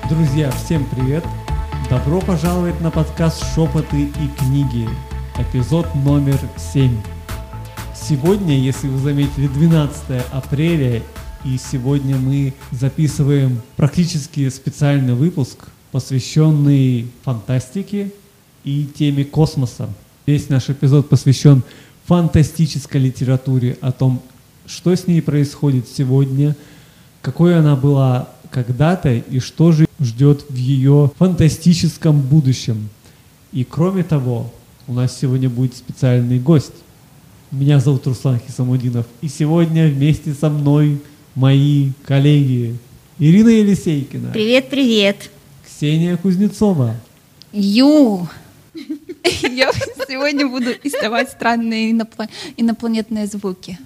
Друзья, всем привет! Добро пожаловать на подкаст «Шепоты и книги», эпизод номер 7. Сегодня, если вы заметили, 12 апреля, и сегодня мы записываем практически специальный выпуск, посвященный фантастике и теме космоса. Весь наш эпизод посвящен фантастической литературе, о том, что с ней происходит сегодня, какой она была когда-то и что же ждет в ее фантастическом будущем. И кроме того, у нас сегодня будет специальный гость. Меня зовут Руслан Хисамудинов, и сегодня вместе со мной мои коллеги Ирина Елисейкина. Привет, привет. Ксения Кузнецова. Я сегодня буду издавать странные инопланетные звуки.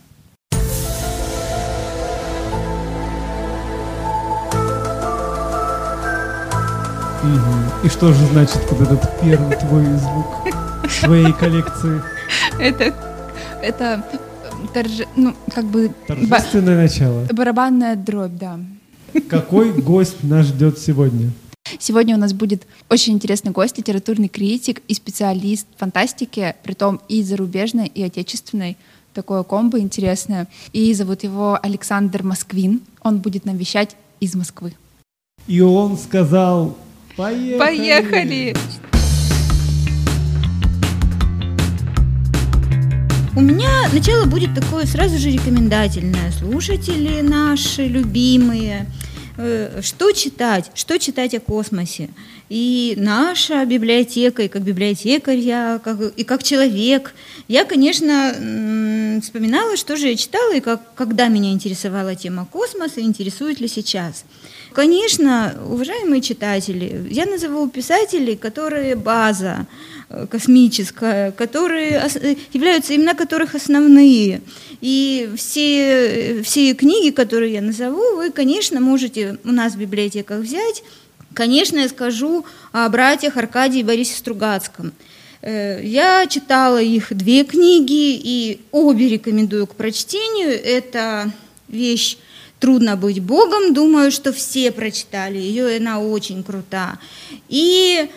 Угу. И что же значит вот этот первый твой звук в твоей коллекции? Это торжественное начало. Барабанная дробь, да. Какой гость нас ждет сегодня? Сегодня у нас будет очень интересный гость, литературный критик и специалист фантастики, притом и зарубежной, и отечественной. Такое комбо интересное. И зовут его Александр Москвин. Он будет нам вещать из Москвы. И он сказал: Поехали! У меня начало будет такое сразу же рекомендательное. Слушатели наши любимые, что читать о космосе. И наша библиотека, и как библиотекарь я, и как человек, я, конечно, вспоминала, что же я читала, и когда меня интересовала тема космоса, интересует ли сейчас. Конечно, уважаемые читатели, я назову писателей, которые база космическая, которые являются имена которых основные. И все книги, которые я назову, вы, конечно, можете у нас в библиотеках взять. Конечно, я скажу о братьях Аркадии и Борисе Стругацком. Я читала их 2 книги, и обе рекомендую к прочтению. Это вещь «Трудно быть Богом», думаю, что все прочитали ее, она очень крута. И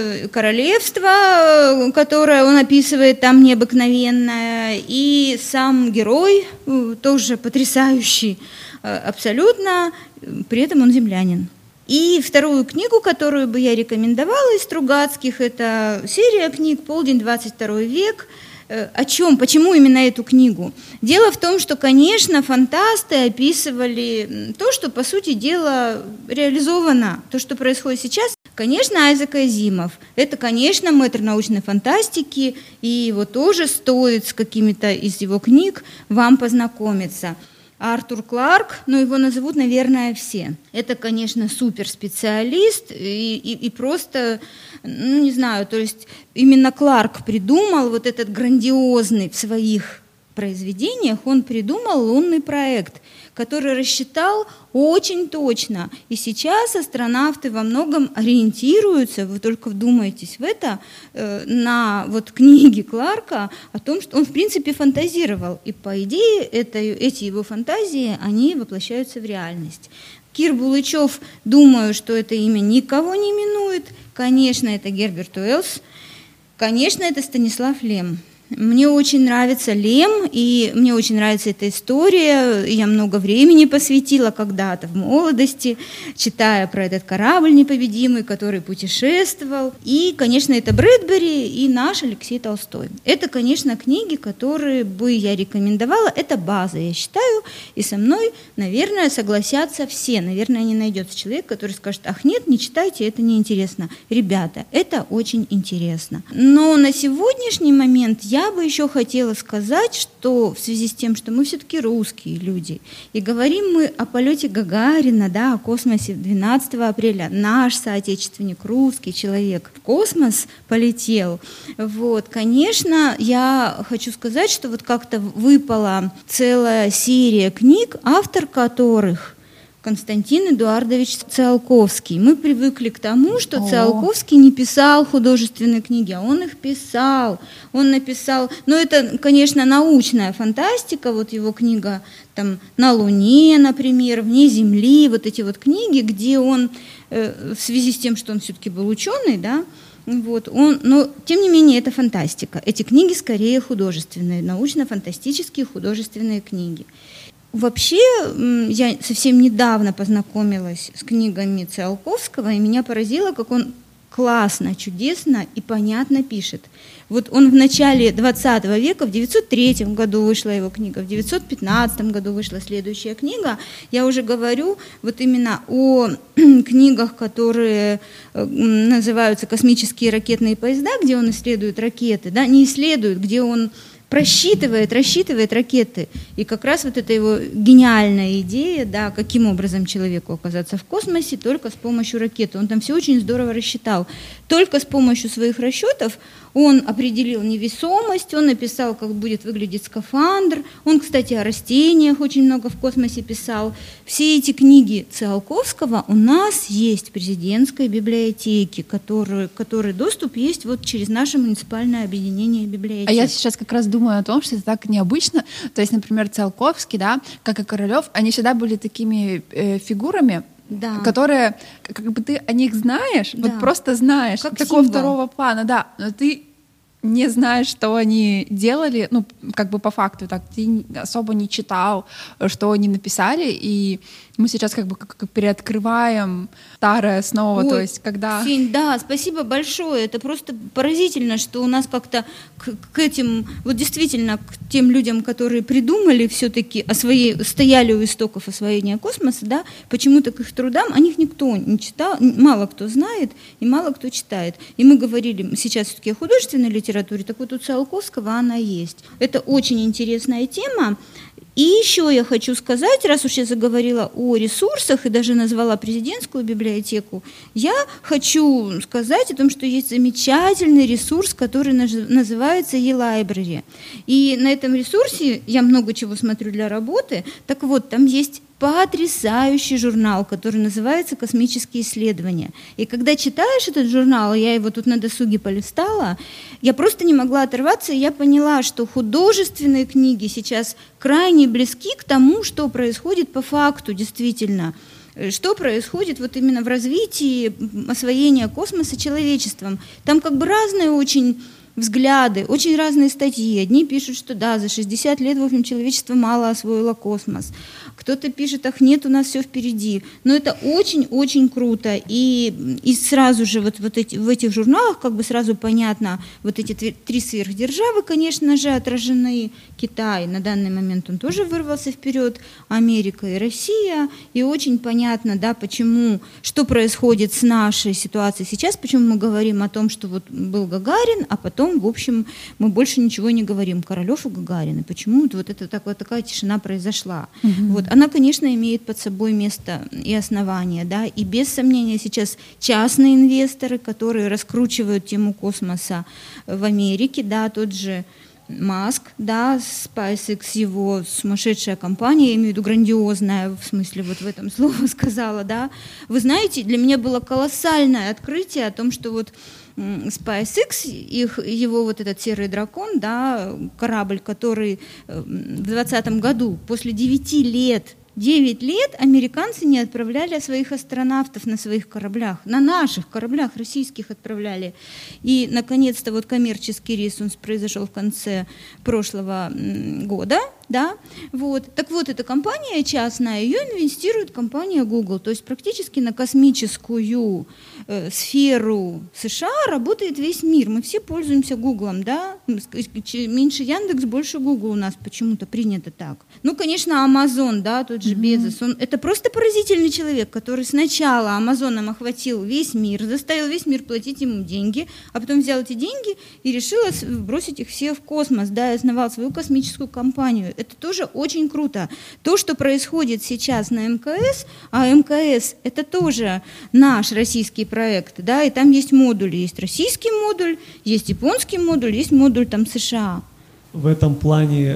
«Королевство», которое он описывает там необыкновенное, и сам герой тоже потрясающий абсолютно, при этом он землянин. И вторую книгу, которую бы я рекомендовала из Стругацких, это серия книг «Полдень, 22 век». О чем? Почему именно эту книгу? Дело в том, что, конечно, фантасты описывали то, что, по сути дела, реализовано, то, что происходит сейчас. Конечно, Айзек Азимов. Это, конечно, мэтр научной фантастики, и его тоже стоит с какими-то из его книг вам познакомиться. Артур Кларк, его назовут, наверное, все. Это, конечно, суперспециалист и просто, не знаю, то есть именно Кларк придумал вот этот грандиозный в своих произведениях, он придумал лунный проект, который рассчитал очень точно. И сейчас астронавты во многом ориентируются, вы только вдумайтесь в это, на книги Кларка о том, что он в принципе фантазировал. И по идее эти его фантазии, они воплощаются в реальность. Кир Булычев, думаю, что это имя никого не именует. Конечно, это Герберт Уэллс. Конечно, это Станислав Лем. Мне очень нравится Лем, и мне очень нравится эта история. Я много времени посвятила когда-то в молодости, читая про этот корабль непобедимый, который путешествовал. И, конечно, это Брэдбери и наш Алексей Толстой. Это, конечно, книги, которые бы я рекомендовала. Это база, я считаю, и со мной, наверное, согласятся все. Наверное, не найдется человек, который скажет: ах, нет, не читайте, это неинтересно. Ребята, это очень интересно. Но на сегодняшний момент я бы еще хотела сказать, что в связи с тем, что мы все-таки русские люди, и говорим мы о полете Гагарина, о космосе 12 апреля, наш соотечественник, русский человек в космос полетел. Конечно, я хочу сказать, что как-то выпала целая серия книг, автор которых, Константин Эдуардович Циолковский. Мы привыкли к тому, что Циолковский не писал художественные книги, а он их писал. Он написал, это, конечно, научная фантастика, вот его книга там «На Луне», например, «Вне Земли», вот эти вот книги, где он, в связи с тем, что он все-таки был ученый, да, но тем не менее это фантастика. Эти книги скорее художественные, научно-фантастические художественные книги. Вообще, я совсем недавно познакомилась с книгами Циолковского, и меня поразило, как он классно, чудесно и понятно пишет. Вот он в начале 20 века, в 903 году вышла его книга, в 915 году вышла следующая книга. Я уже говорю вот именно о книгах, которые называются «Космические ракетные поезда», где он исследует ракеты, да, не исследует, где он рассчитывает ракеты. И как раз вот эта его гениальная идея, да, каким образом человеку оказаться в космосе, только с помощью ракеты. Он там все очень здорово рассчитал. Только с помощью своих расчетов он определил невесомость, он написал, как будет выглядеть скафандр. Он, кстати, о растениях очень много в космосе писал. Все эти книги Циолковского у нас есть в президентской библиотеке, который доступ есть вот через наше муниципальное объединение библиотек. А я сейчас как раз думаю о том, что это так необычно. То есть, например, Циолковский, да, как и Королёв, они всегда были такими фигурами, да, которые, как бы ты о них знаешь, да, вот просто знаешь, как такого символ второго плана, да, но ты не знаешь, что они делали, как бы по факту, так, ты особо не читал, что они написали, и мы сейчас как бы как переоткрываем старое снова. Ой, то есть когда... Фень, да, спасибо большое, это просто поразительно, что у нас как-то к этим, вот действительно, к тем людям, которые придумали все-таки стояли у истоков освоения космоса, да, почему-то к их трудам, о них никто не читал, мало кто знает и мало кто читает. И мы говорили сейчас все-таки о художественной литературе, так вот у Циолковского она есть. Это очень интересная тема. И еще я хочу сказать, раз уж я заговорила о ресурсах и даже назвала президентскую библиотеку, я хочу сказать о том, что есть замечательный ресурс, который называется eLibrary. И на этом ресурсе я много чего смотрю для работы. Так вот, там есть потрясающий журнал, который называется «Космические исследования». И когда читаешь этот журнал, я его тут на досуге полистала, я просто не могла оторваться, и я поняла, что художественные книги сейчас крайне близки к тому, что происходит по факту действительно, что происходит вот именно в развитии освоения космоса человечеством. Там как бы разные очень взгляды, очень разные статьи. Одни пишут, что да, за 60 лет, в общем, человечество мало освоило космос. Кто-то пишет, ах, нет, у нас все впереди. Но это очень-очень круто. И сразу же в этих журналах как бы сразу понятно, вот эти три сверхдержавы, конечно же, отражены. Китай, на данный момент он тоже вырвался вперед, Америка и Россия. И очень понятно, да, почему, что происходит с нашей ситуацией сейчас, почему мы говорим о том, что вот был Гагарин, а потом, в общем, мы больше ничего не говорим. Королёв и Гагарин. И почему вот такая тишина произошла. Вот. Она, конечно, имеет под собой место и основание, да, и без сомнения сейчас частные инвесторы, которые раскручивают тему космоса в Америке, да, тот же Маск, да, SpaceX, его сумасшедшая компания, я имею в виду грандиозная, в смысле вот в этом слово сказала, да. Вы знаете, для меня было колоссальное открытие о том, что вот SpaceX, его вот этот серый дракон, да, корабль, который в 2020 году после 9 лет американцы не отправляли своих астронавтов на своих кораблях, на наших кораблях российских отправляли. И, наконец-то, вот коммерческий рейс, он произошел в конце прошлого года, да, вот. Так вот, эта компания частная, ее инвестирует компания Google, то есть практически на космическую сферу США работает весь мир. Мы все пользуемся Гуглом, да, меньше Яндекс, больше Google у нас почему-то принято так. Ну, конечно, Amazon, да, тот же Безос, это просто поразительный человек, который сначала Амазоном охватил весь мир, заставил весь мир платить ему деньги, а потом взял эти деньги и решил бросить их все в космос, да, и основал свою космическую компанию. Это тоже очень круто. То, что происходит сейчас на МКС, а МКС это тоже наш российский проект, да, и там есть модули, есть российский модуль, есть японский модуль, есть модуль там США. В этом плане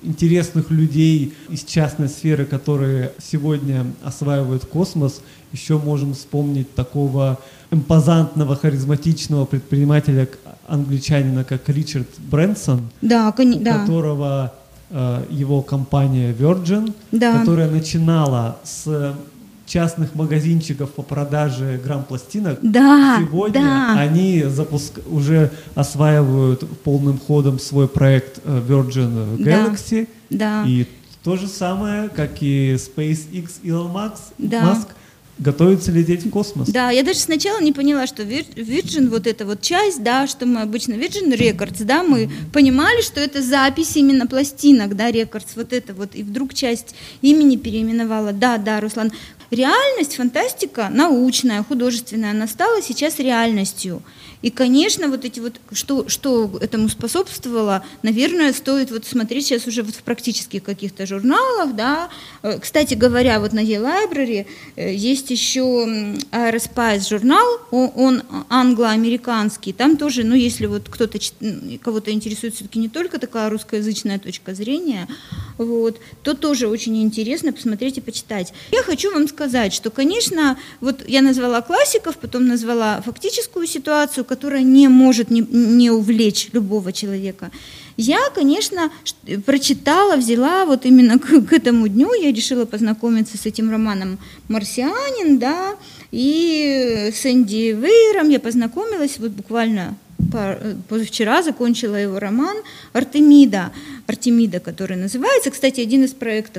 интересных людей из частной сферы, которые сегодня осваивают космос, еще можем вспомнить такого импозантного, харизматичного предпринимателя, англичанина, как Ричард Брэнсон, Да, у которого его компания Virgin, которая начинала с частных магазинчиков по продаже грамм-пластинок. Сегодня они уже осваивают полным ходом свой проект Virgin Galaxy. И то же самое, как и SpaceX Илон Маск, готовится лететь в космос. Да, я даже сначала не поняла, что Virgin, вот эта вот часть, да, что мы обычно Virgin Records, да, мы понимали, что это запись именно пластинок, да, Records, вот это вот, и вдруг часть имени переименовала. Да, Руслан, реальность, фантастика, научная, художественная, она стала сейчас реальностью. И, конечно, вот эти вот, что этому способствовало, наверное, стоит вот смотреть сейчас уже вот в практических каких-то журналах, да. Кстати говоря, вот на E-Library есть еще Aerospace журнал, он англо-американский, там тоже, ну, если вот кого-то интересует все-таки не только такая русскоязычная точка зрения, вот, то тоже очень интересно посмотреть и почитать. Я хочу вам сказать, что, конечно, вот я назвала классиков, потом назвала фактическую ситуацию, которая не может не увлечь любого человека. Я, конечно, прочитала, взяла вот именно к этому дню, я решила познакомиться с этим романом «Марсианин», да, и с Энди Вейером я познакомилась вот буквально позавчера, закончила его роман «Артемида», который называется, кстати, один из проектов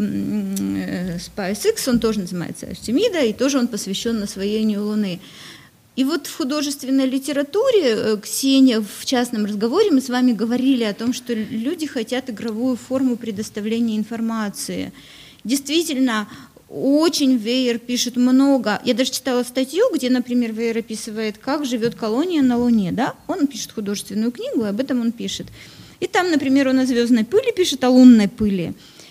SpaceX, он тоже называется «Артемида», и тоже он посвящен освоению Луны. И вот в художественной литературе, Ксения, в частном разговоре мы с вами говорили о том, что люди хотят игровую форму предоставления информации. Действительно, очень Вейер пишет много. Я даже читала статью, где, например, Вейер описывает, как живет колония на Луне. Да? Он пишет художественную книгу, об этом он пишет. И там, например, он о звездной пыли пишет, о лунной пыли.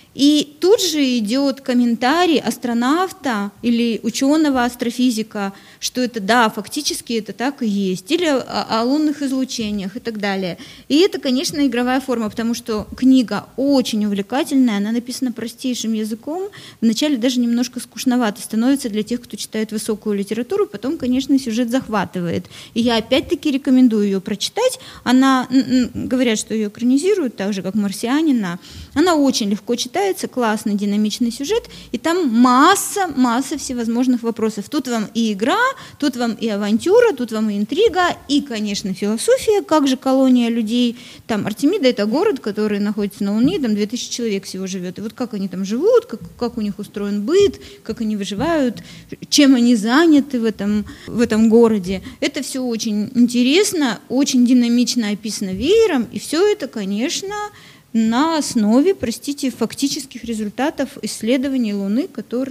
И тут же идет комментарий астронавта или ученого-астрофизика, что это да, фактически это так и есть, или о лунных излучениях и так далее. И это, конечно, игровая форма, потому что книга очень увлекательная, она написана простейшим языком, вначале даже немножко скучновато становится для тех, кто читает высокую литературу, потом, конечно, сюжет захватывает. И я опять-таки рекомендую ее прочитать. Она, говорят, что ее экранизируют, так же, как «Марсианина». Она очень легко читается, классный динамичный сюжет, и там масса всевозможных вопросов. Тут вам и игра, тут вам и авантюра, тут вам и интрига, и, конечно, философия, как же колония людей. Там Артемида — это город, который находится на Луне, там 2000 человек всего живет. И вот как они там живут, как у них устроен быт, как они выживают, чем они заняты в этом городе. Это все очень интересно, очень динамично описано Веером, и все это, конечно, на основе, фактических результатов исследований Луны,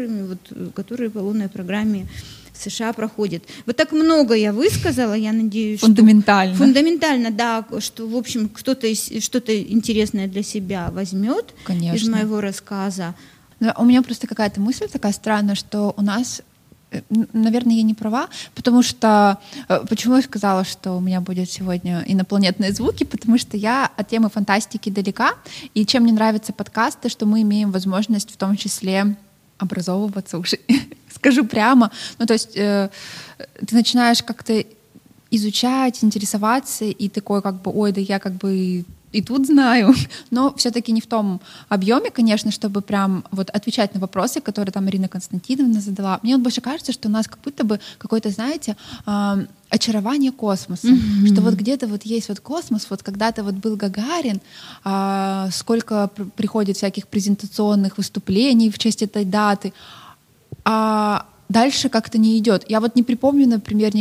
которые по лунной программе США проходят. Вот так много я высказала, я надеюсь, фундаментально. Фундаментально, да, что, в общем, кто-то что-то интересное для себя возьмет из моего рассказа. Но у меня просто какая-то мысль такая странная, что у нас, наверное, я не права, потому что... Почему я сказала, что у меня будет сегодня инопланетные звуки? Потому что я от темы фантастики далека, и чем мне нравятся подкасты, что мы имеем возможность в том числе образовываться, уже скажу прямо. Ну, то есть ты начинаешь как-то изучать, интересоваться, и такой как бы, ой, да я как бы и тут знаю, но все-таки не в том объеме, конечно, чтобы прям вот отвечать на вопросы, которые там Ирина Константиновна задала. Мне вот больше кажется, что у нас как будто бы какое-то, знаете, очарование космосом, что вот где-то вот есть вот космос, вот когда-то вот был Гагарин, сколько приходит всяких презентационных выступлений в честь этой даты, а дальше как-то не идет. Я вот не припомню, например,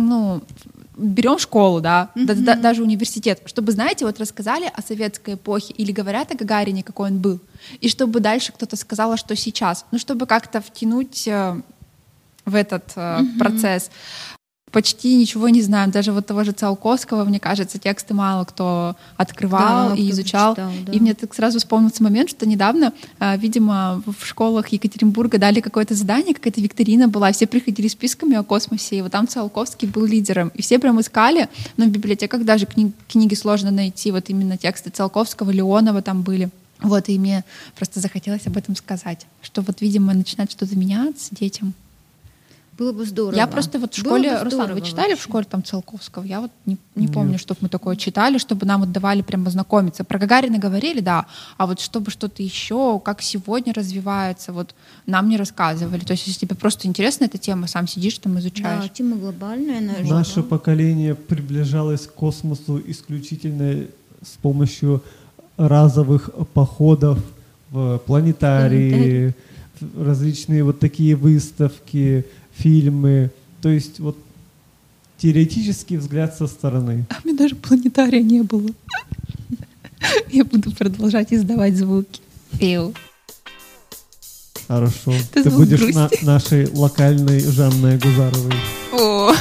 берем школу, да, даже университет, чтобы, знаете, вот рассказали о советской эпохе или говорят о Гагарине, какой он был, и чтобы дальше кто-то сказал, что сейчас, чтобы как-то втянуть в этот процесс. Почти ничего не знаем, даже вот того же Циолковского, мне кажется, тексты мало кто открывал и изучал. Читал, да. И мне так сразу вспомнился момент, что недавно, видимо, в школах Екатеринбурга дали какое-то задание, какая-то викторина была, все приходили списками о космосе, и вот там Циолковский был лидером. И все прям искали, но в библиотеках даже книги сложно найти, вот именно тексты Циолковского, Леонова там были. Вот, и мне просто захотелось об этом сказать, что вот, видимо, начинает что-то меняться детям. Было бы здорово. Я просто вот в школе, Руслан, вы читали вообще в школе там Циолковского? Я вот не помню, чтобы мы такое читали, чтобы нам вот давали прямо знакомиться. Про Гагарина говорили, да, а вот чтобы что-то еще, как сегодня развивается, вот нам не рассказывали. То есть если тебе просто интересна эта тема, сам сидишь там изучаешь. Да, тема глобальная, наверное. Наше поколение приближалось к космосу исключительно с помощью разовых походов в планетарии, различные вот такие выставки, фильмы. То есть вот теоретический взгляд со стороны. А у меня даже планетария не было. Я буду продолжать издавать звуки. Пиу. Хорошо. Это Ты звук будешь грусти. нашей локальной Жанной Агузаровой. О.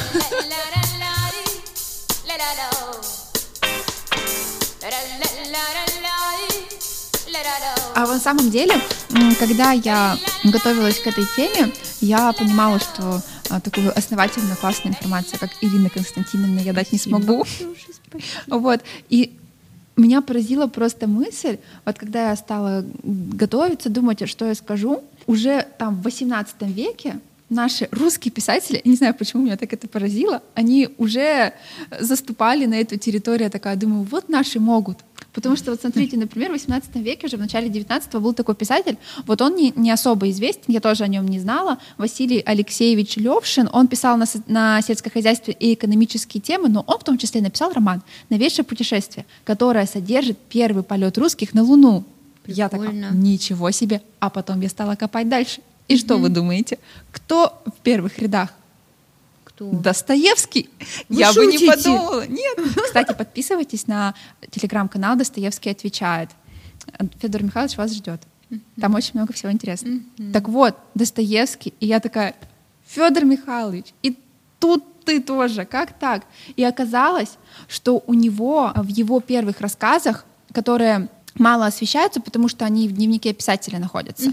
А на самом деле, когда я готовилась к этой теме, я понимала, что такую основательную, классную информацию, как Ирина Константиновна, я дать не смогу. Вот. И меня поразила просто мысль, вот когда я стала готовиться, думать, что я скажу, уже там в XVIII веке наши русские писатели, я не знаю, почему меня так это поразило, они уже заступали на эту территорию, я такая думаю, вот наши могут. Потому что, вот смотрите, например, в XVIII веке, уже в начале XIX был такой писатель, вот он не особо известен, я тоже о нем не знала, Василий Алексеевич Левшин, он писал на сельское хозяйство и экономические темы, но он в том числе написал роман «Новейшее путешествие», которое содержит первый полет русских на Луну. Прикольно. Я такая, ничего себе. А потом я стала копать дальше. И что вы думаете? Кто в первых рядах? Кто? Достоевский. Вы Я бы не шутите? подумала. Нет. Кстати, подписывайтесь на телеграм-канал «Достоевский отвечает». Федор Михайлович вас ждет. Там очень много всего интересного. Так вот, Достоевский. И я такая, Федор Михайлович, и тут ты тоже. Как так? И оказалось, что у него в его первых рассказах, которые мало освещаются, потому что они в дневнике писателя находятся,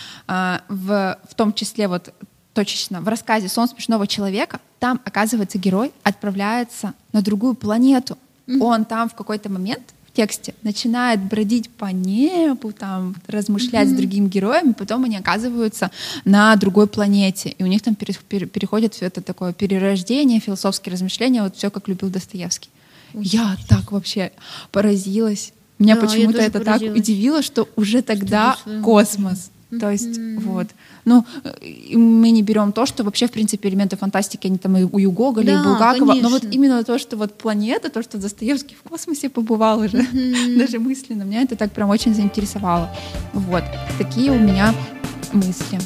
в том числе вот точечно в рассказе «Сон смешного человека», там, оказывается, герой отправляется на другую планету. Он там в какой-то момент в тексте начинает бродить по небу, там, размышлять с другим героем, и потом они оказываются на другой планете. И у них там переходит все это такое перерождение, философские размышления, вот все, как любил Достоевский. Я так вообще поразилась. Меня Да, почему-то я тоже это поразилась. так удивило, что уже тогда своего космос. То есть, вот. Ну, и мы не берем то, что вообще, в принципе, элементы фантастики, они там и у Гоголя, Да, и Булгакова, но вот конечно. именно то, что вот планета, то, что Достоевский в космосе побывал уже, даже мысленно, меня это так прям очень заинтересовало. Вот. Такие у меня мысли.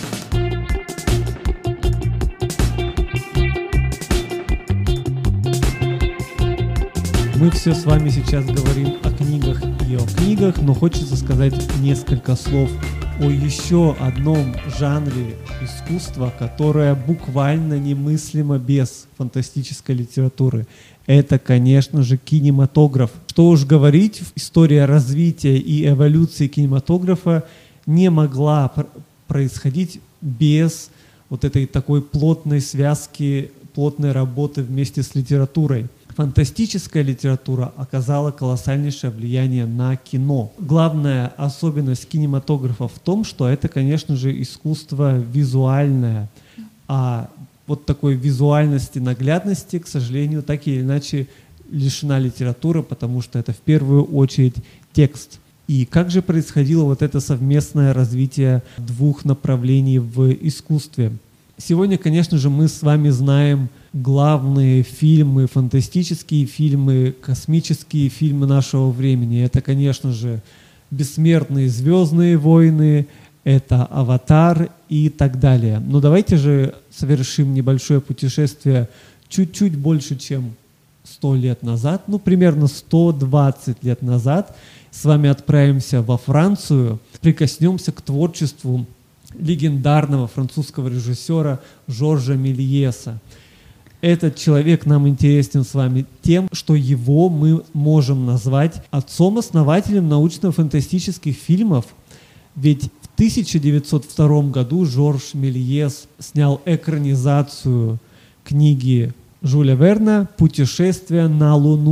Мы все с вами сейчас говорим о книгах и о книгах, но хочется сказать несколько слов о еще одном жанре искусства, которое буквально немыслимо без фантастической литературы. Это, конечно же, кинематограф. Что уж говорить, история развития и эволюции кинематографа не могла происходить без вот этой такой плотной связки, плотной работы вместе с литературой. Фантастическая литература оказала колоссальнейшее влияние на кино. Главная особенность кинематографа в том, что это, конечно же, искусство визуальное. А вот такой визуальности, наглядности, к сожалению, так или иначе лишена литература, потому что это в первую очередь текст. И как же происходило вот это совместное развитие двух направлений в искусстве? Сегодня, конечно же, мы с вами знаем главные фильмы, фантастические фильмы, космические фильмы нашего времени. Это, конечно же, «Бессмертные звездные войны», это «Аватар» и так далее. Но давайте же совершим небольшое путешествие чуть-чуть больше, чем 100 лет назад, ну, примерно 120 лет назад. С вами отправимся во Францию, прикоснемся к творчеству легендарного французского режиссера Жоржа Мельеса. Этот человек нам интересен с вами тем, что его мы можем назвать отцом-основателем научно-фантастических фильмов. Ведь в 1902 году Жорж Мельес снял экранизацию книги Жюля Верна «Путешествие на Луну».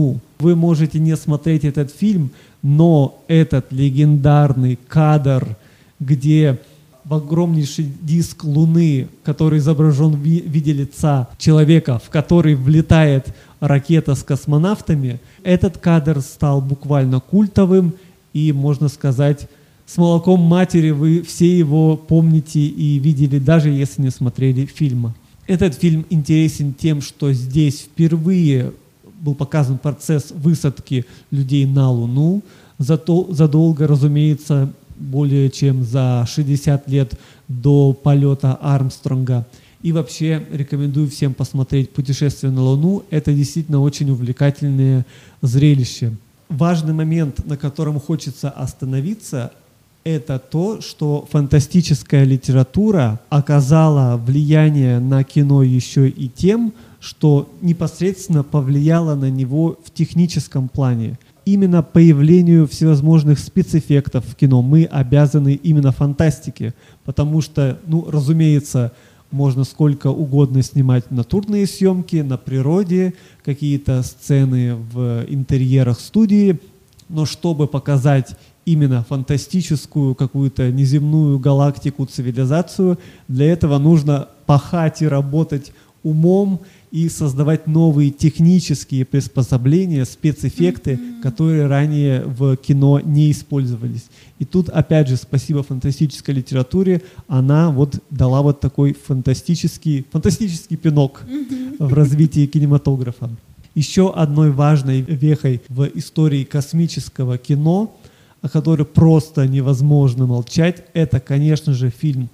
Вы можете не смотреть этот фильм, но этот легендарный кадр, где в огромнейший диск Луны, который изображен в виде лица человека, в который влетает ракета с космонавтами, этот кадр стал буквально культовым, и, можно сказать, с молоком матери вы все его помните и видели, даже если не смотрели фильма. Этот фильм интересен тем, что здесь впервые был показан процесс высадки людей на Луну, задолго, разумеется, более чем за 60 лет до полета Армстронга. И вообще рекомендую всем посмотреть «Путешествие на Луну». Это действительно очень увлекательное зрелище. Важный момент, на котором хочется остановиться, это то, что фантастическая литература оказала влияние на кино еще и тем, что непосредственно повлияло на него в техническом плане. Именно появлению всевозможных спецэффектов в кино мы обязаны именно фантастике, потому что, разумеется, можно сколько угодно снимать натурные съемки на природе, какие-то сцены в интерьерах студии, но чтобы показать именно фантастическую какую-то неземную галактику, цивилизацию, для этого нужно пахать и работать умом и создавать новые технические приспособления, спецэффекты, которые ранее в кино не использовались. И тут, опять же, спасибо фантастической литературе, она дала такой фантастический пинок в развитии кинематографа. Еще одной важной вехой в истории космического кино, о которой просто невозможно молчать, это, конечно же, фильм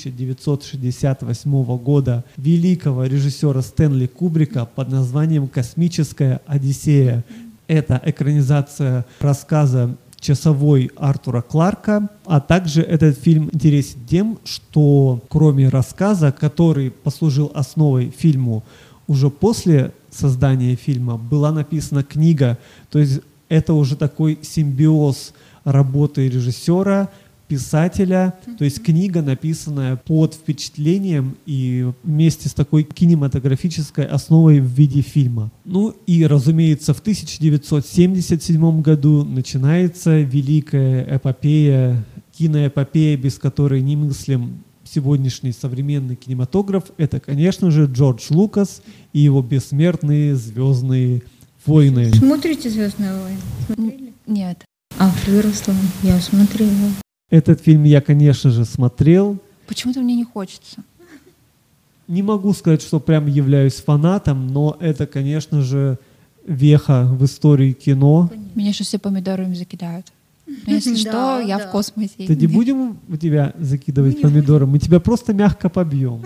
1968 года великого режиссера Стэнли Кубрика под названием «Космическая Одиссея». Это экранизация рассказа «Часовой» Артура Кларка, а также этот фильм интересен тем, что кроме рассказа, который послужил основой фильму, уже после создания фильма была написана книга, то есть это уже такой симбиоз работы режиссера, писателя, то есть книга, написанная под впечатлением и вместе с такой кинематографической основой в виде фильма. И, разумеется, в 1977 году начинается великая эпопея, киноэпопея, без которой немыслим сегодняшний современный кинематограф. Это, конечно же, Джордж Лукас и его бессмертные «Звездные войны». Смотрите «Звездные войны»? Смотрели? Нет. Ты, Руслан, я смотрела. Этот фильм я, конечно же, смотрел. Почему-то мне не хочется. Не могу сказать, что прям являюсь фанатом, но это, конечно же, веха в истории кино. Меня сейчас все помидорами закидают. Но если что, я в космосе. Да не будем у тебя закидывать помидоры, мы тебя просто мягко побьем.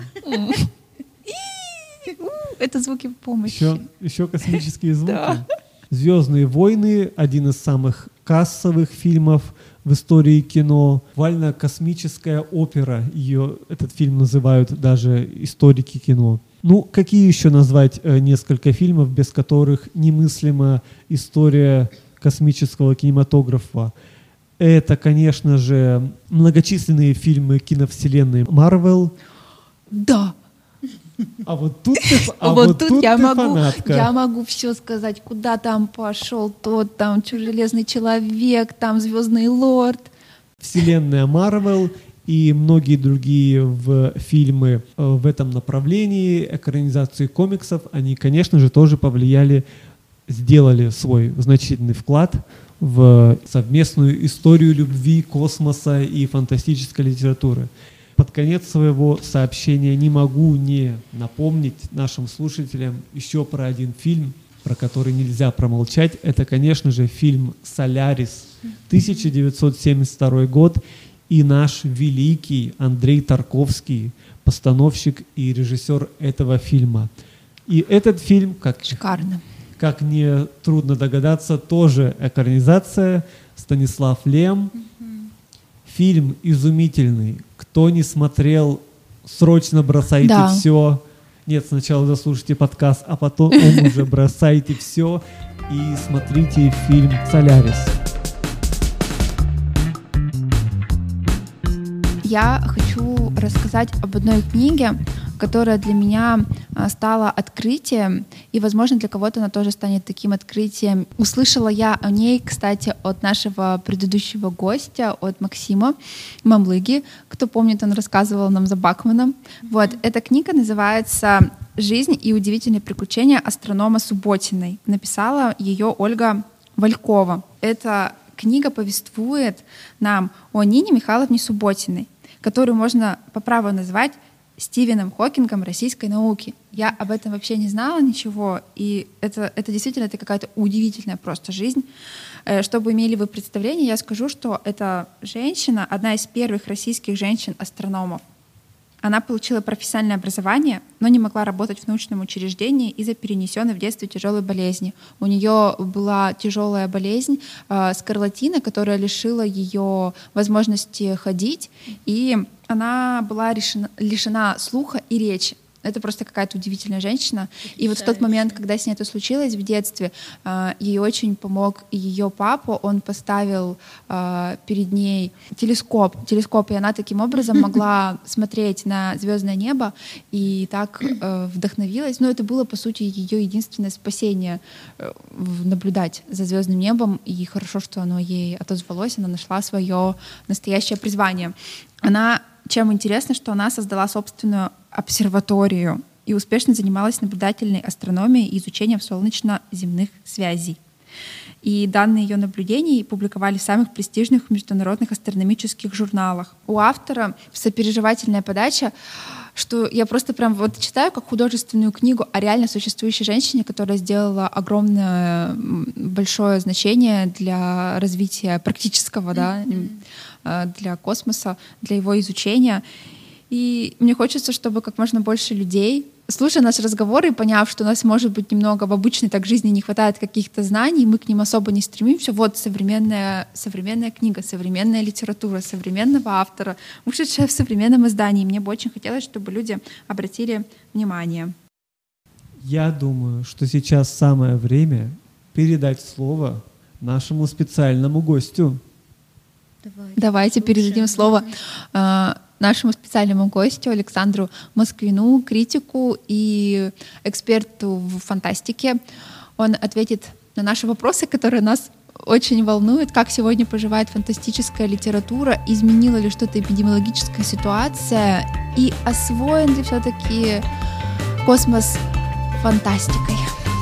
Это звуки помощи. Еще космические звуки. «Звездные войны» — один из самых кассовых фильмов в истории кино. Буквально космическая опера, этот фильм называют даже историки кино. Какие еще назвать несколько фильмов, без которых немыслима история космического кинематографа? Это, конечно же, многочисленные фильмы киновселенной Marvel. Да. А вот тут я фанатка. могу все сказать, куда там пошел тот, там Железный человек, там Звездный лорд. Вселенная Marvel и многие другие фильмы в этом направлении, экранизации комиксов, они, конечно же, тоже повлияли, сделали свой значительный вклад в совместную историю любви, космоса и фантастической литературы. Под конец своего сообщения не могу не напомнить нашим слушателям еще про один фильм, про который нельзя промолчать. Это, конечно же, фильм «Солярис», 1972 год, и наш великий Андрей Тарковский, постановщик и режиссер этого фильма. И этот фильм, шикарно. Как не трудно догадаться, тоже экранизация, Станислав Лем. Фильм изумительный. Кто не смотрел, срочно бросайте все. Нет, сначала заслушайте подкаст, а потом уже бросайте все и смотрите фильм «Солярис». Я хочу рассказать об одной книге, которая для меня стала открытием, и, возможно, для кого-то она тоже станет таким открытием. Услышала я о ней, кстати, от нашего предыдущего гостя, от Максима Мамлыги. Кто помнит, он рассказывал нам за Бакманом. Вот, эта книга называется «Жизнь и удивительные приключения астронома Субботиной». Написала ее Ольга Валькова. Эта книга повествует нам о Нине Михайловне Субботиной, которую можно по праву назвать Стивеном Хокингом российской науки. Я об этом вообще не знала ничего, и это действительно это какая-то удивительная просто жизнь. Чтобы имели вы представление, я скажу, что эта женщина, одна из первых российских женщин-астрономов. Она получила профессиональное образование, но не могла работать в научном учреждении из-за перенесенной в детстве тяжелой болезни. У нее была тяжелая болезнь, скарлатина, которая лишила ее возможности ходить, и она была лишена слуха и речи. Это просто какая-то удивительная женщина. И вот в тот момент, когда с ней это случилось в детстве, ей очень помог ее папа. Он поставил перед ней телескоп, и она таким образом могла смотреть на звездное небо и так вдохновилась. Но это было, по сути, ее единственное спасение — наблюдать за звездным небом. И хорошо, что оно ей отозвалось, она нашла свое настоящее призвание. Чем интересно, что она создала собственную обсерваторию и успешно занималась наблюдательной астрономией и изучением солнечно-земных связей. И данные ее наблюдений публиковали в самых престижных международных астрономических журналах. У автора сопереживательная подача, что я просто прям вот читаю как художественную книгу о реально существующей женщине, которая сделала огромное, большое значение для развития практического, для космоса, для его изучения. И мне хочется, чтобы как можно больше людей, слушая наш разговор и поняв, что у нас, может быть, немного в обычной так жизни не хватает каких-то знаний, мы к ним особо не стремимся. Вот современная книга, современная литература, современного автора, вышедшая в современном издании. Мне бы очень хотелось, чтобы люди обратили внимание. Я думаю, что сейчас самое время передать слово нашему специальному гостю. Давайте передадим слово нашему специальному гостю Александру Москвину, критику и эксперту в фантастике. Он ответит на наши вопросы, которые нас очень волнуют. Как сегодня поживает фантастическая литература? Изменила ли что-то эпидемиологическая ситуация? И освоен ли все-таки космос фантастикой?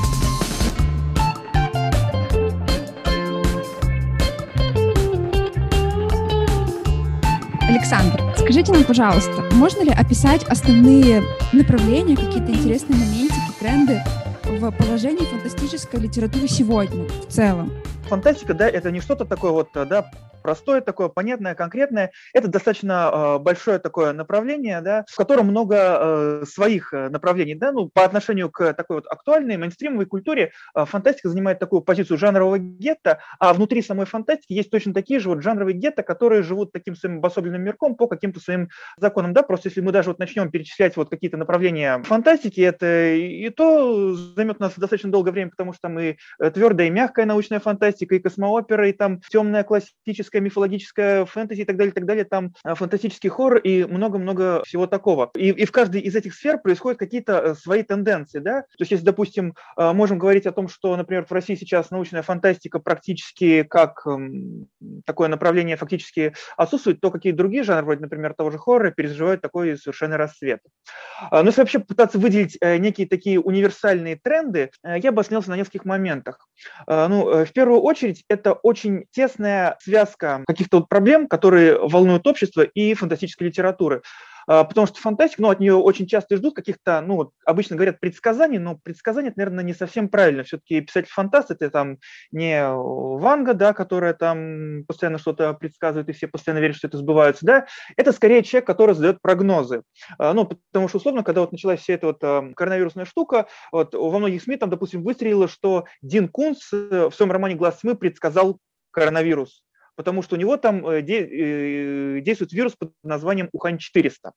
Александр, скажите нам, пожалуйста, можно ли описать основные направления, какие-то интересные моментики, тренды в положении фантастической литературы сегодня в целом? Фантастика, это не что-то такое простое, такое понятное, конкретное. Это достаточно большое такое направление, в котором много своих направлений, по отношению к такой актуальной мейнстримовой культуре фантастика занимает такую позицию жанрового гетто, а внутри самой фантастики есть точно такие же жанровые гетто, которые живут таким своим обособленным мирком по каким-то своим законам, Просто если мы даже начнем перечислять какие-то направления фантастики, это и то займет у нас достаточно долгое время, потому что там и твердая, и мягкая научная фантастика, и космоопера, и там темная классическая мифологическая фэнтези и так далее, там фантастический хоррор и много-много всего такого. И в каждой из этих сфер происходят какие-то свои тенденции, То есть, если, допустим, можем говорить о том, что, например, в России сейчас научная фантастика практически как такое направление фактически отсутствует, то какие-то другие жанры, вроде, например, того же хоррора, переживают такой совершенно расцвет. Но если вообще попытаться выделить некие такие универсальные тренды, я бы остановился на нескольких моментах. В первую очередь, это очень тесная связка каких-то проблем, которые волнуют общество и фантастической литературы. Потому что фантастика, от нее очень часто ждут каких-то, обычно говорят предсказаний, но предсказания, это, наверное, не совсем правильно. Все-таки писатель-фантаст — это там не Ванга, которая там постоянно что-то предсказывает, и все постоянно верят, что это сбывается, Это скорее человек, который задает прогнозы. Потому что, условно, когда началась вся эта коронавирусная штука, во многих СМИ там, допустим, выстрелило, что Дин Кунц в своем романе «Глаз тьмы» предсказал коронавирус, потому что у него там действует вирус под названием Ухань-400.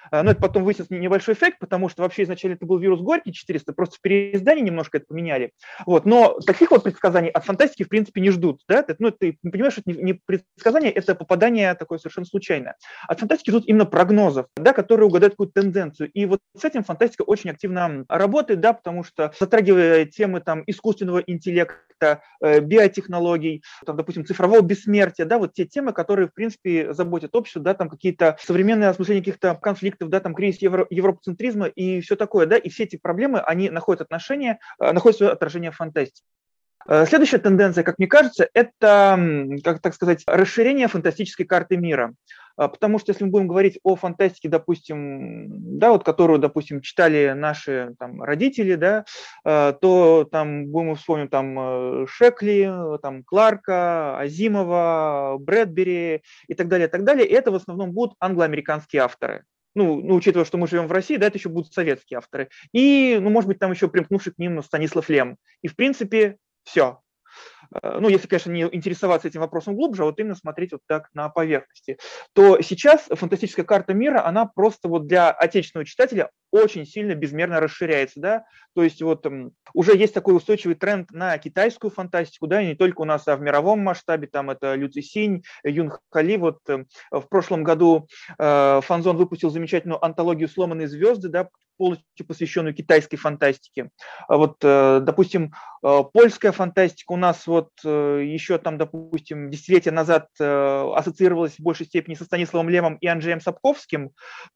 Но это потом выяснился небольшой эффект, потому что вообще изначально это был вирус Горький 400, просто в переиздании немножко это поменяли. Вот. Но таких вот предсказаний от фантастики, в принципе, не ждут. Да? Ты понимаешь, что это не предсказание, это попадание такое совершенно случайное. От фантастики ждут именно прогнозов, да, которые угадают какую-то тенденцию. И вот с этим фантастика очень активно работает, да, потому что затрагивая темы там, искусственного интеллекта, биотехнологий, там, допустим, цифрового бессмертия, да, вот те темы, которые, в принципе, заботят общество, да, там какие-то современные осмысления каких-то конфликтов, да, там кризис европоцентризма и все такое, да, и все эти проблемы, они находят свое отражение в фантастике. Следующая тенденция, как мне кажется, это, как так сказать, расширение фантастической карты мира. Потому что если мы будем говорить о фантастике, допустим, да, вот, которую, допустим, читали наши там, родители, да, то там будем вспомнить там, Шекли, там, Кларка, Азимова, Брэдбери и так далее, и так далее. И это в основном будут англоамериканские авторы. Ну, учитывая, что мы живем в России, да, это еще будут советские авторы. И, может быть, там еще примкнувший к ним Станислав Лем. И, в принципе, все. Если, конечно, не интересоваться этим вопросом глубже, а вот именно смотреть вот так на поверхности, то сейчас фантастическая карта мира, она просто вот для отечественного читателя очень сильно безмерно расширяется, да, то есть вот уже есть такой устойчивый тренд на китайскую фантастику, да, и не только у нас, а в мировом масштабе, там это Лю Цисинь, Юн Хали, вот в прошлом году Фанзон выпустил замечательную антологию «Сломанные звезды», да, полностью посвященную китайской фантастике. Вот, допустим, польская фантастика у нас вот еще там, допустим, десятилетия назад ассоциировалась в большей степени со Станиславом Лемом и Анджеем Сапковским,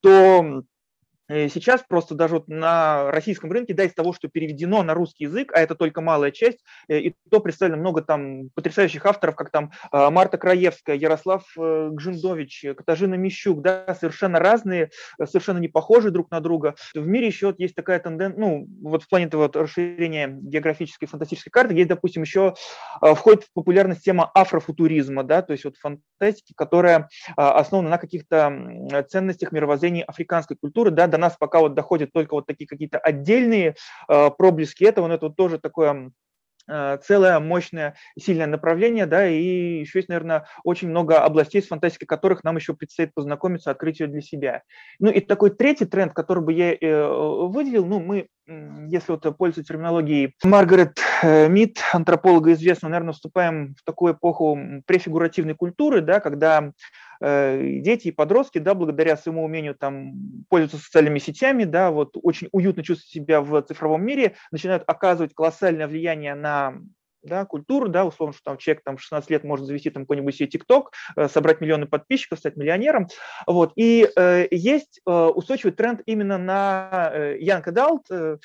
то сейчас просто даже вот на российском рынке, да, из того, что переведено на русский язык, а это только малая часть, и то представлено много там потрясающих авторов, как там Марта Краевская, Ярослав Гжиндович, Катажина Мищук, да, совершенно разные, совершенно не похожие друг на друга. В мире еще вот есть такая тенденция, вот в плане этого вот расширения географической фантастической карты, есть, допустим, еще входит в популярность тема афрофутуризма, да, то есть вот фантастики, которая основана на каких-то ценностях мировоззрения африканской культуры, да, до нас пока вот доходят только вот такие какие-то отдельные проблески этого, но это вот тоже такое целое мощное, сильное направление, да, и еще есть, наверное, очень много областей с фантастикой, которых нам еще предстоит познакомиться, открыть ее для себя. И такой третий тренд, который бы я выделил, мы, если вот пользоваться терминологией Маргарет Мид, антрополога известного, наверное, вступаем в такую эпоху префигуративной культуры, да, когда дети и подростки, да, благодаря своему умению там пользоваться социальными сетями, да, вот очень уютно чувствовать себя в цифровом мире, начинают оказывать колоссальное влияние на культуру, да, условно, что там человек там, в 16 лет может завести там какой-нибудь себе TikTok, собрать миллионы подписчиков, стать миллионером. Вот. И есть устойчивый тренд именно на young adult,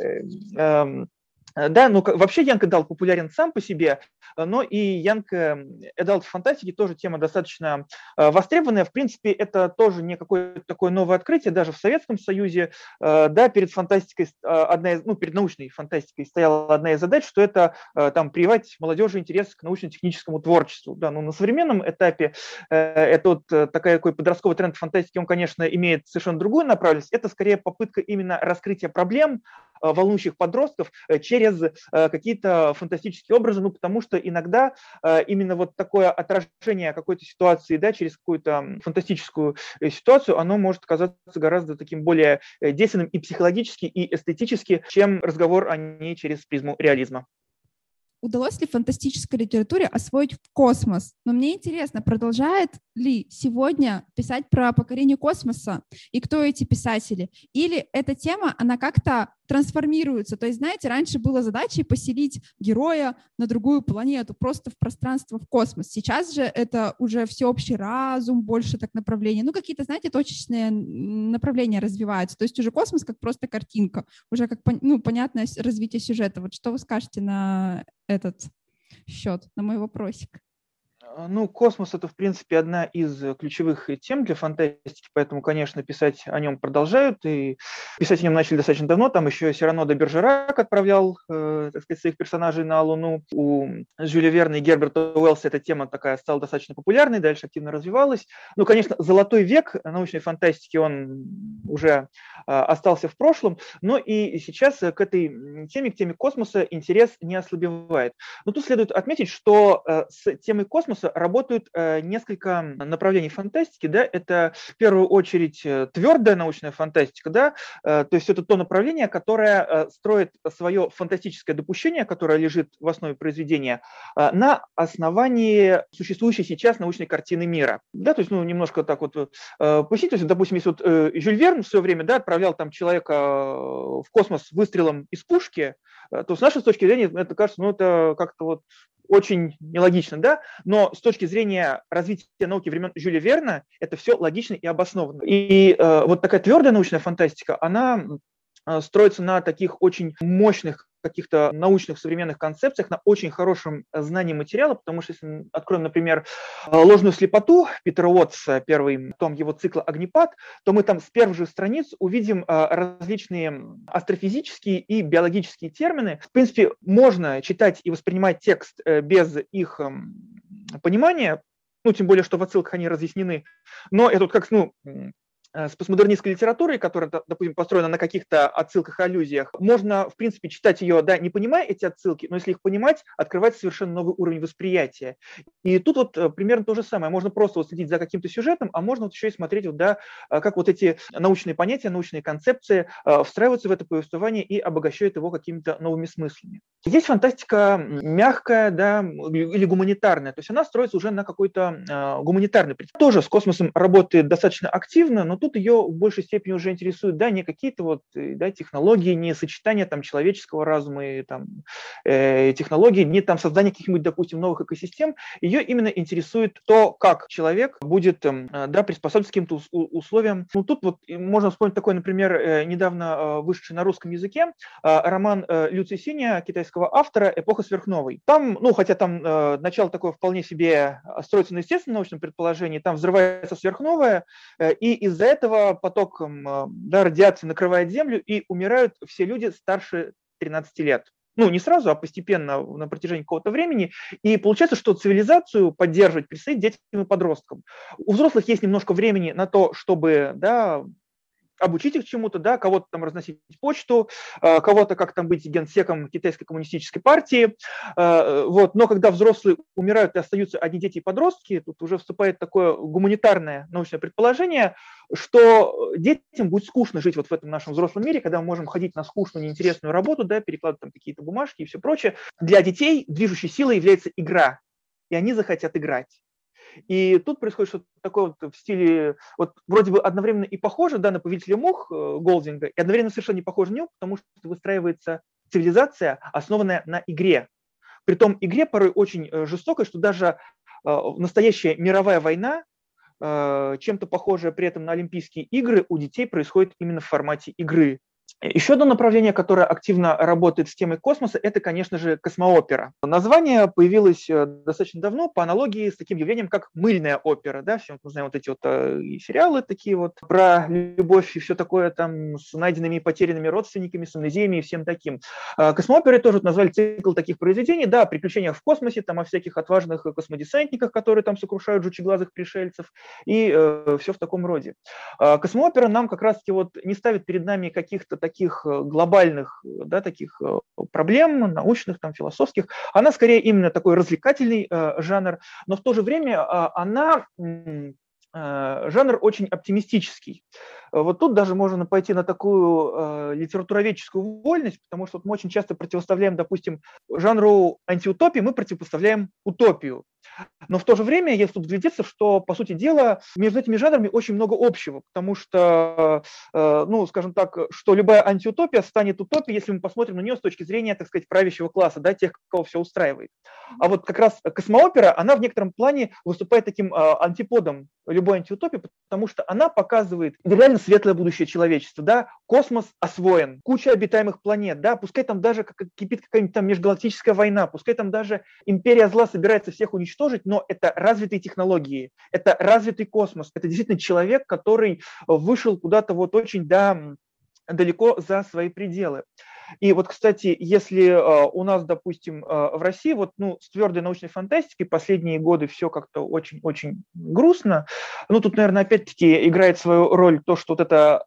да, вообще Young Adult популярен сам по себе, но и Young Adult в фантастике тоже тема достаточно востребованная. В принципе, это тоже не какое-то такое новое открытие, даже в Советском Союзе, да, перед фантастикой, перед научной фантастикой стояла одна из задач, что это там прививать молодежи интерес к научно-техническому творчеству. Да, на современном этапе это вот такой подростковый тренд фантастики, он, конечно, имеет совершенно другую направленность. Это скорее попытка именно раскрытия проблем, волнующих подростков через какие-то фантастические образы, потому что иногда именно вот такое отражение какой-то ситуации, да, через какую-то фантастическую ситуацию, оно может казаться гораздо таким более действенным и психологически, и эстетически, чем разговор о ней через призму реализма. Удалось ли фантастической литературе освоить космос? Но мне интересно, продолжает ли сегодня писать про покорение космоса и кто эти писатели? Или эта тема, она как-то трансформируется? То есть, знаете, раньше была задачей поселить героя на другую планету, просто в пространство, в космос. Сейчас же это уже всеобщий разум, больше так направления. Какие-то, знаете, точечные направления развиваются. То есть уже космос как просто картинка, уже как понятное развитие сюжета. Вот что вы скажете на этот счет, на мой вопросик? Космос – это, в принципе, одна из ключевых тем для фантастики, поэтому, конечно, писать о нем продолжают, и писать о нем начали достаточно давно. Там еще Сирано де Бержерак отправлял, так сказать, своих персонажей на Луну. У Жюля Верна и Герберта Уэллса эта тема такая стала достаточно популярной, дальше активно развивалась. Конечно, золотой век научной фантастики, он уже остался в прошлом, но и сейчас к этой теме, к теме космоса, интерес не ослабевает. Но тут следует отметить, что с темой космоса космоса работают несколько направлений фантастики, да, это в первую очередь твердая научная фантастика, да, то есть это то направление, которое строит свое фантастическое допущение, которое лежит в основе произведения, на основании существующей сейчас научной картины мира. Да, то есть, немножко так вот пояснить, то есть, допустим, если вот Жюль Верн в свое время, да, отправлял там человека в космос выстрелом из пушки, то с нашей точки зрения это кажется, это как-то вот очень нелогично, да, но с точки зрения развития науки времен Жюля Верна это все логично и обосновано. И вот такая твердая научная фантастика, она строится на таких очень мощных каких-то научных современных концепциях, на очень хорошем знании материала, потому что если мы откроем, например, «Ложную слепоту» Питера Уотса, первый том его цикла «Огнепад», то мы там с первых же страниц увидим различные астрофизические и биологические термины. В принципе, можно читать и воспринимать текст без их понимания, тем более, что в отсылках они разъяснены, но это вот как, с постмодернистской литературой, которая, допустим, построена на каких-то отсылках и аллюзиях, можно, в принципе, читать ее, да, не понимая эти отсылки, но если их понимать, открывать совершенно новый уровень восприятия. И тут вот примерно то же самое. Можно просто вот следить за каким-то сюжетом, а можно вот еще и смотреть, вот, да, как вот эти научные понятия, научные концепции встраиваются в это повествование и обогащают его какими-то новыми смыслами. Есть фантастика мягкая, да, или гуманитарная, то есть она строится уже на какой-то гуманитарной принцип. Тоже с космосом работает достаточно активно, но тут ее в большей степени уже интересуют, да, не какие-то вот, да, технологии, не сочетание там человеческого разума и там технологий, не там создание каких-нибудь, допустим, новых экосистем. Ее именно интересует то, как человек будет, да, приспособиться к каким-то условиям. Тут вот можно вспомнить такой, например, недавно вышедший на русском языке роман Люци Синя, китайского автора «Эпоха сверхновой». Там, хотя там начало такое вполне себе строится на естественном научном предположении, там взрывается сверхновая, и из-за этого потоком, да, радиации накрывает Землю, и умирают все люди старше 13 лет. Не сразу, а постепенно на протяжении какого-то времени. И получается, что цивилизацию поддерживать предстоит детям и подросткам. У взрослых есть немножко времени на то, чтобы, да, обучить их чему-то, да, кого-то там разносить почту, кого-то как там быть генсеком китайской коммунистической партии. Вот. Но когда взрослые умирают и остаются одни дети и подростки, тут уже вступает такое гуманитарное научное предположение, что детям будет скучно жить вот в этом нашем взрослом мире, когда мы можем ходить на скучную, неинтересную работу, да, перекладывать там какие-то бумажки и все прочее. Для детей движущей силой является игра, и они захотят играть. И тут происходит что-то такое вот в стиле, вот вроде бы одновременно и похоже, да, на «Повелителя мух» Голдинга, и одновременно совершенно не похоже на него, потому что выстраивается цивилизация, основанная на игре. Притом игре порой очень жестокой, что даже настоящая мировая война, чем-то похожая при этом на Олимпийские игры, у детей происходит именно в формате игры. Еще одно направление, которое активно работает с темой космоса, это, конечно же, космоопера. Название появилось достаточно давно по аналогии с таким явлением, как мыльная опера. Да? Все мы знаем вот эти вот сериалы такие вот про любовь и все такое там с найденными и потерянными родственниками, с амнезиями и всем таким. Космооперой тоже назвали цикл таких произведений, да, о приключениях в космосе, там, о всяких отважных космодесантниках, которые там сокрушают жучеглазых пришельцев и все в таком роде. Космоопера нам как раз-таки вот не ставит перед нами каких-то таких глобальных, да, таких проблем научных, там, философских. Она скорее именно такой развлекательный жанр, но в то же время она жанр очень оптимистический. Вот тут даже можно пойти на такую литературоведческую вольность, потому что мы очень часто противоставляем, допустим, жанру антиутопии, мы противопоставляем утопию. Но в то же время, если тут глядеться, что, по сути дела, между этими жанрами очень много общего, потому что, скажем так, что любая антиутопия станет утопией, если мы посмотрим на нее с точки зрения, так сказать, правящего класса, да, тех, кого все устраивает. А вот как раз космоопера, она в некотором плане выступает таким антиподом любой антиутопии, потому что она показывает реально светлое будущее человечества, да, космос освоен, куча обитаемых планет, да, пускай там даже кипит какая-нибудь там межгалактическая война, пускай там даже империя зла собирается всех уничтожить, но это развитые технологии, это развитый космос, это действительно человек, который вышел куда-то вот очень, да, далеко за свои пределы. И вот, кстати, если у нас, допустим, в России вот, ну, с твердой научной фантастикой последние годы все как-то очень-очень грустно, ну, тут, наверное, опять-таки играет свою роль то, что вот это,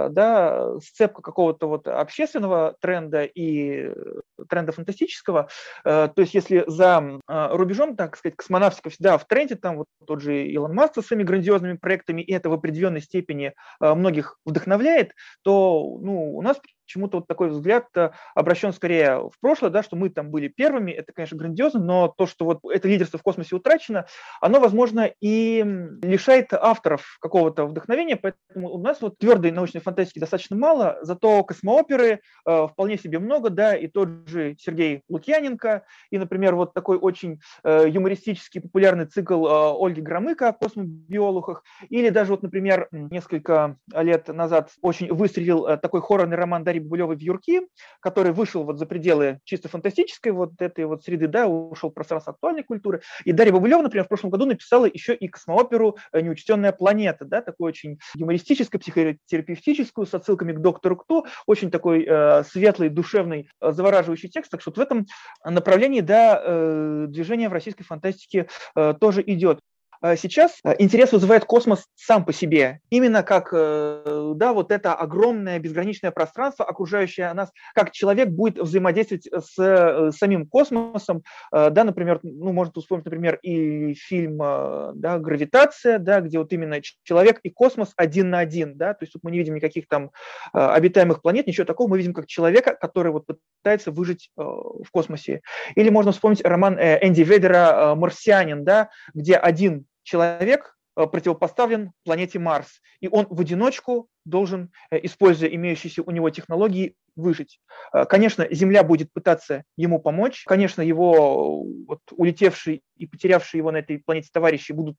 да, сцепка какого-то вот общественного тренда и тренда фантастического. То есть если за рубежом, так сказать, космонавтика всегда в тренде, там вот тот же Илон Маск со своими грандиозными проектами, и это в определенной степени многих вдохновляет, то, ну, у нас почему-то вот такой взгляд обращен скорее в прошлое, да, что мы там были первыми, это, конечно, грандиозно, но то, что вот это лидерство в космосе утрачено, оно, возможно, и лишает авторов какого-то вдохновения, поэтому у нас вот твердой научной фантастики достаточно мало, зато космооперы вполне себе много, да, и тот же Сергей Лукьяненко, и, например, вот такой очень юмористический популярный цикл Ольги Громыко о космобиологах, или даже вот, например, несколько лет назад очень выстрелил такой хоррорный роман Дарьи Бабулевой «Вьюрки», который вышел вот за пределы чисто фантастической вот этой вот среды, да, ушел в пространство актуальной культуры. И Дарья Бабулева, например, в прошлом году написала еще и космооперу «Неучтенная планета», да, такую очень юмористическую, психотерапевтическую, с отсылками к «Доктору Кто», очень такой светлый, душевный, завораживающий текст. Так что вот в этом направлении, да, движение в российской фантастике тоже идет. Сейчас интерес вызывает космос сам по себе, именно как, да, вот это огромное безграничное пространство, окружающее нас, как человек будет взаимодействовать с самим космосом, да, например, ну, можно вспомнить, например, и фильм, да, «Гравитация», да, где вот именно человек и космос один на один, да, то есть тут мы не видим никаких там обитаемых планет, ничего такого, мы видим как человека, который вот пытается выжить в космосе. Или можно вспомнить роман Энди Ведера «Марсианин», да, где один человек противопоставлен планете Марс, и он в одиночку должен, используя имеющиеся у него технологии, выжить. Конечно, Земля будет пытаться ему помочь, конечно, его вот, улетевшие и потерявшие его на этой планете товарищи будут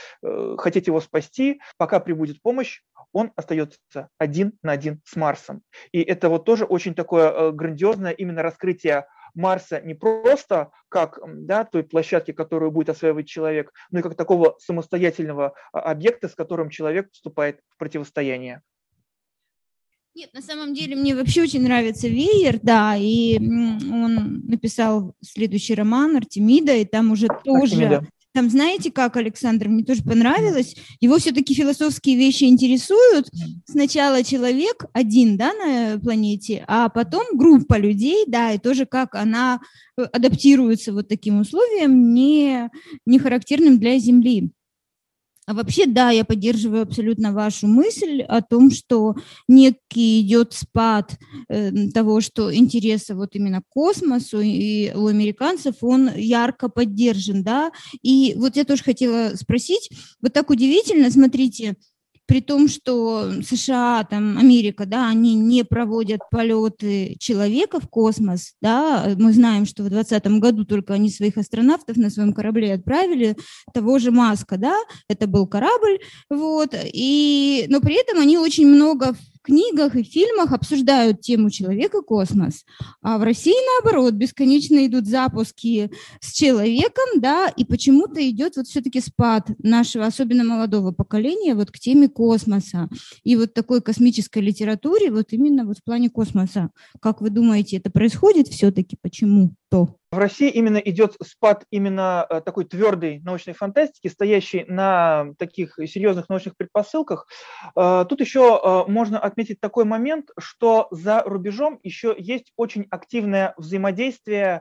хотеть его спасти, пока прибудет помощь, он остается один на один с Марсом. И это вот тоже очень такое грандиозное именно раскрытие Марса не просто как, да, той площадки, которую будет осваивать человек, но и как такого самостоятельного объекта, с которым человек вступает в противостояние. Нет, на самом деле мне вообще очень нравится Веер, да, и он написал следующий роман «Артемида», и там уже тоже... Артемида. Там, знаете как, Александр, мне тоже понравилось, его все-таки философские вещи интересуют. Сначала человек один, да, на планете, а потом группа людей, да, и тоже как она адаптируется вот таким условиям, не характерным для Земли. А вообще, да, я поддерживаю абсолютно вашу мысль о том, что некий идет спад того, что интереса вот именно к космосу, и у американцев он ярко поддержан, да. И вот я тоже хотела спросить, вот так удивительно, смотрите, при том, что США, там, Америка, да, они не проводят полеты человека в космос, да, мы знаем, что в 2020 году только они своих астронавтов на своем корабле отправили, того же Маска, да, это был корабль, вот, но при этом они очень много в книгах и фильмах обсуждают тему человека-космос, а в России, наоборот, бесконечно идут запуски с человеком, да, и почему-то идет вот все-таки спад нашего, особенно молодого поколения, вот к теме космоса и вот такой космической литературе, вот именно вот в плане космоса. Как вы думаете, это происходит все-таки? Почему-то? В России именно идет спад именно такой твердой научной фантастики, стоящей на таких серьезных научных предпосылках. Тут еще можно отметить такой момент, что за рубежом еще есть очень активное взаимодействие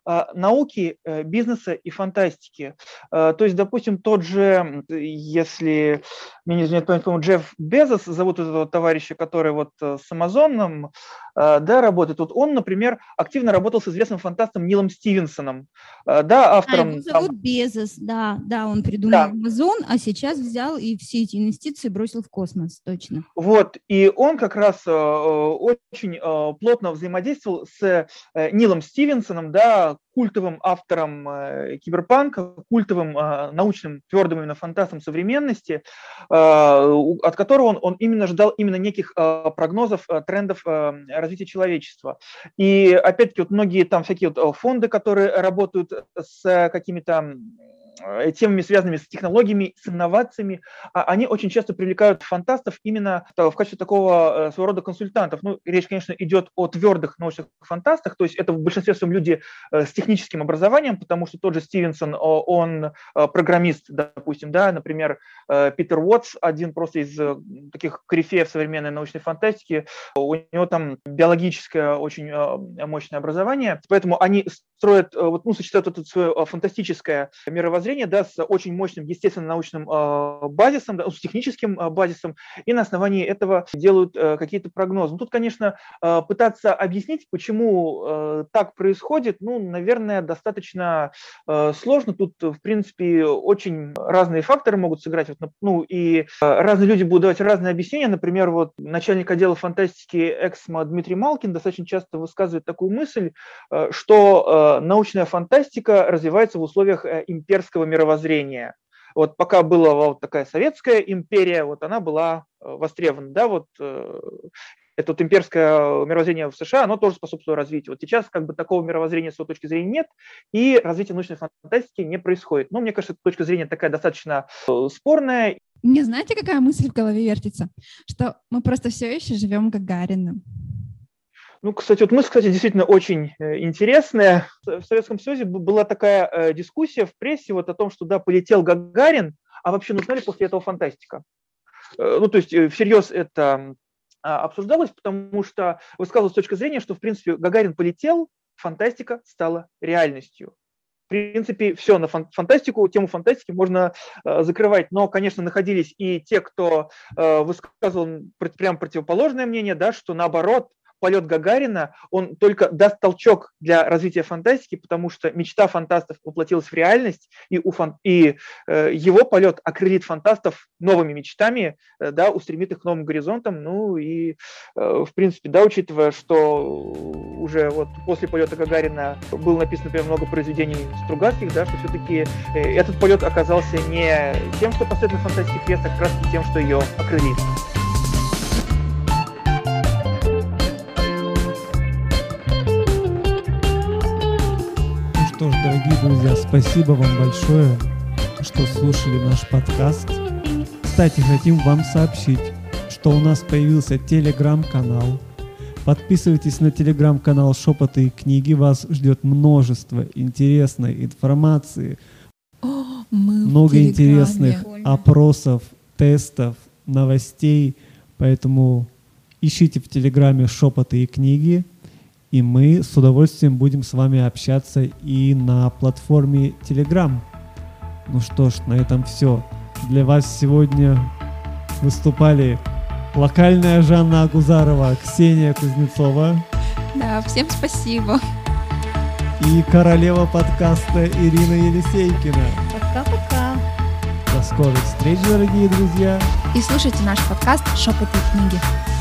науки, бизнеса и фантастики. То есть, допустим, тот же, если мне не изменяет память, по-моему, Джефф Безос, зовут этого товарища, который вот с Амазоном, да, работает. Вот он, например, активно работал с известным фантастом Нилом Стивенсоном, да, автором. Его зовут Безос, да, он придумал Амазон, а сейчас взял и все эти инвестиции бросил в космос, точно. Вот, и он как раз очень плотно взаимодействовал с Нилом Стивенсоном, да, культовым автором киберпанка, культовым научным твердым именно фантастом современности, от которого он именно ждал именно неких прогнозов, трендов развития человечества. И опять-таки вот многие там всякие вот фонды, которые работают с какими-то темами, связанными с технологиями, с инновациями, они очень часто привлекают фантастов именно в качестве такого своего рода консультантов. Ну, речь, конечно, идет о твердых научных фантастах, то есть это в большинстве своем люди с техническим образованием, потому что тот же Стивенсон, он программист, допустим, да, например, Питер Уотс, один просто из таких корифеев современной научной фантастики, у него там биологическое очень мощное образование, поэтому они строят, сочетают это свое фантастическое мировоззрение, да, с очень мощным естественно-научным базисом, да, с техническим базисом, и на основании этого делают какие-то прогнозы. Тут, конечно, пытаться объяснить, почему так происходит, наверное, достаточно сложно. Тут, в принципе, очень разные факторы могут сыграть, и разные люди будут давать разные объяснения. Например, начальник отдела фантастики Эксмо Дмитрий Малкин достаточно часто высказывает такую мысль, что научная фантастика развивается в условиях имперского мировоззрения. Пока была такая советская империя, она была востребована, да, это имперское мировоззрение в США, оно тоже способствовало развитию. Сейчас такого мировоззрения с его точки зрения нет, и развитие научной фантастики не происходит. Мне кажется, эта точка зрения такая достаточно спорная. Мне знаете, какая мысль в голове вертится? Что мы просто все еще живем Гагариным. Кстати, мысль, действительно очень интересная. В Советском Союзе была такая дискуссия в прессе о том, что, да, полетел Гагарин, а вообще нужна ли после этого фантастика? То есть всерьез это обсуждалось, потому что высказывалась точка зрения, что, в принципе, Гагарин полетел, фантастика стала реальностью. В принципе, все, на фантастику, тему фантастики можно закрывать, но, конечно, находились и те, кто высказывал прямо противоположное мнение, да, что наоборот, полет Гагарина, он только даст толчок для развития фантастики, потому что мечта фантастов воплотилась в реальность, и его полет окрылит фантастов новыми мечтами, да, устремит их к новым горизонтам. В принципе, да, учитывая, что уже после полета Гагарина было написано, например, много произведений Стругацких, да, что все-таки этот полет оказался не тем, что последовательно фантастики крест, а как раз тем, что ее окрылит. Что ж, дорогие друзья, спасибо вам большое, что слушали наш подкаст. Кстати, хотим вам сообщить, что у нас появился телеграм-канал. Подписывайтесь на телеграм-канал «Шепоты и книги». Вас ждет множество интересной информации, много интересных опросов, тестов, новостей. Поэтому ищите в телеграме «Шепоты и книги». И мы с удовольствием будем с вами общаться и на платформе Telegram. Что ж, на этом все. Для вас сегодня выступали локальная Жанна Агузарова, Ксения Кузнецова. Да, всем спасибо. И королева подкаста Ирина Елисейкина. Пока-пока. До скорых встреч, дорогие друзья. И слушайте наш подкаст «Шепоты и книги».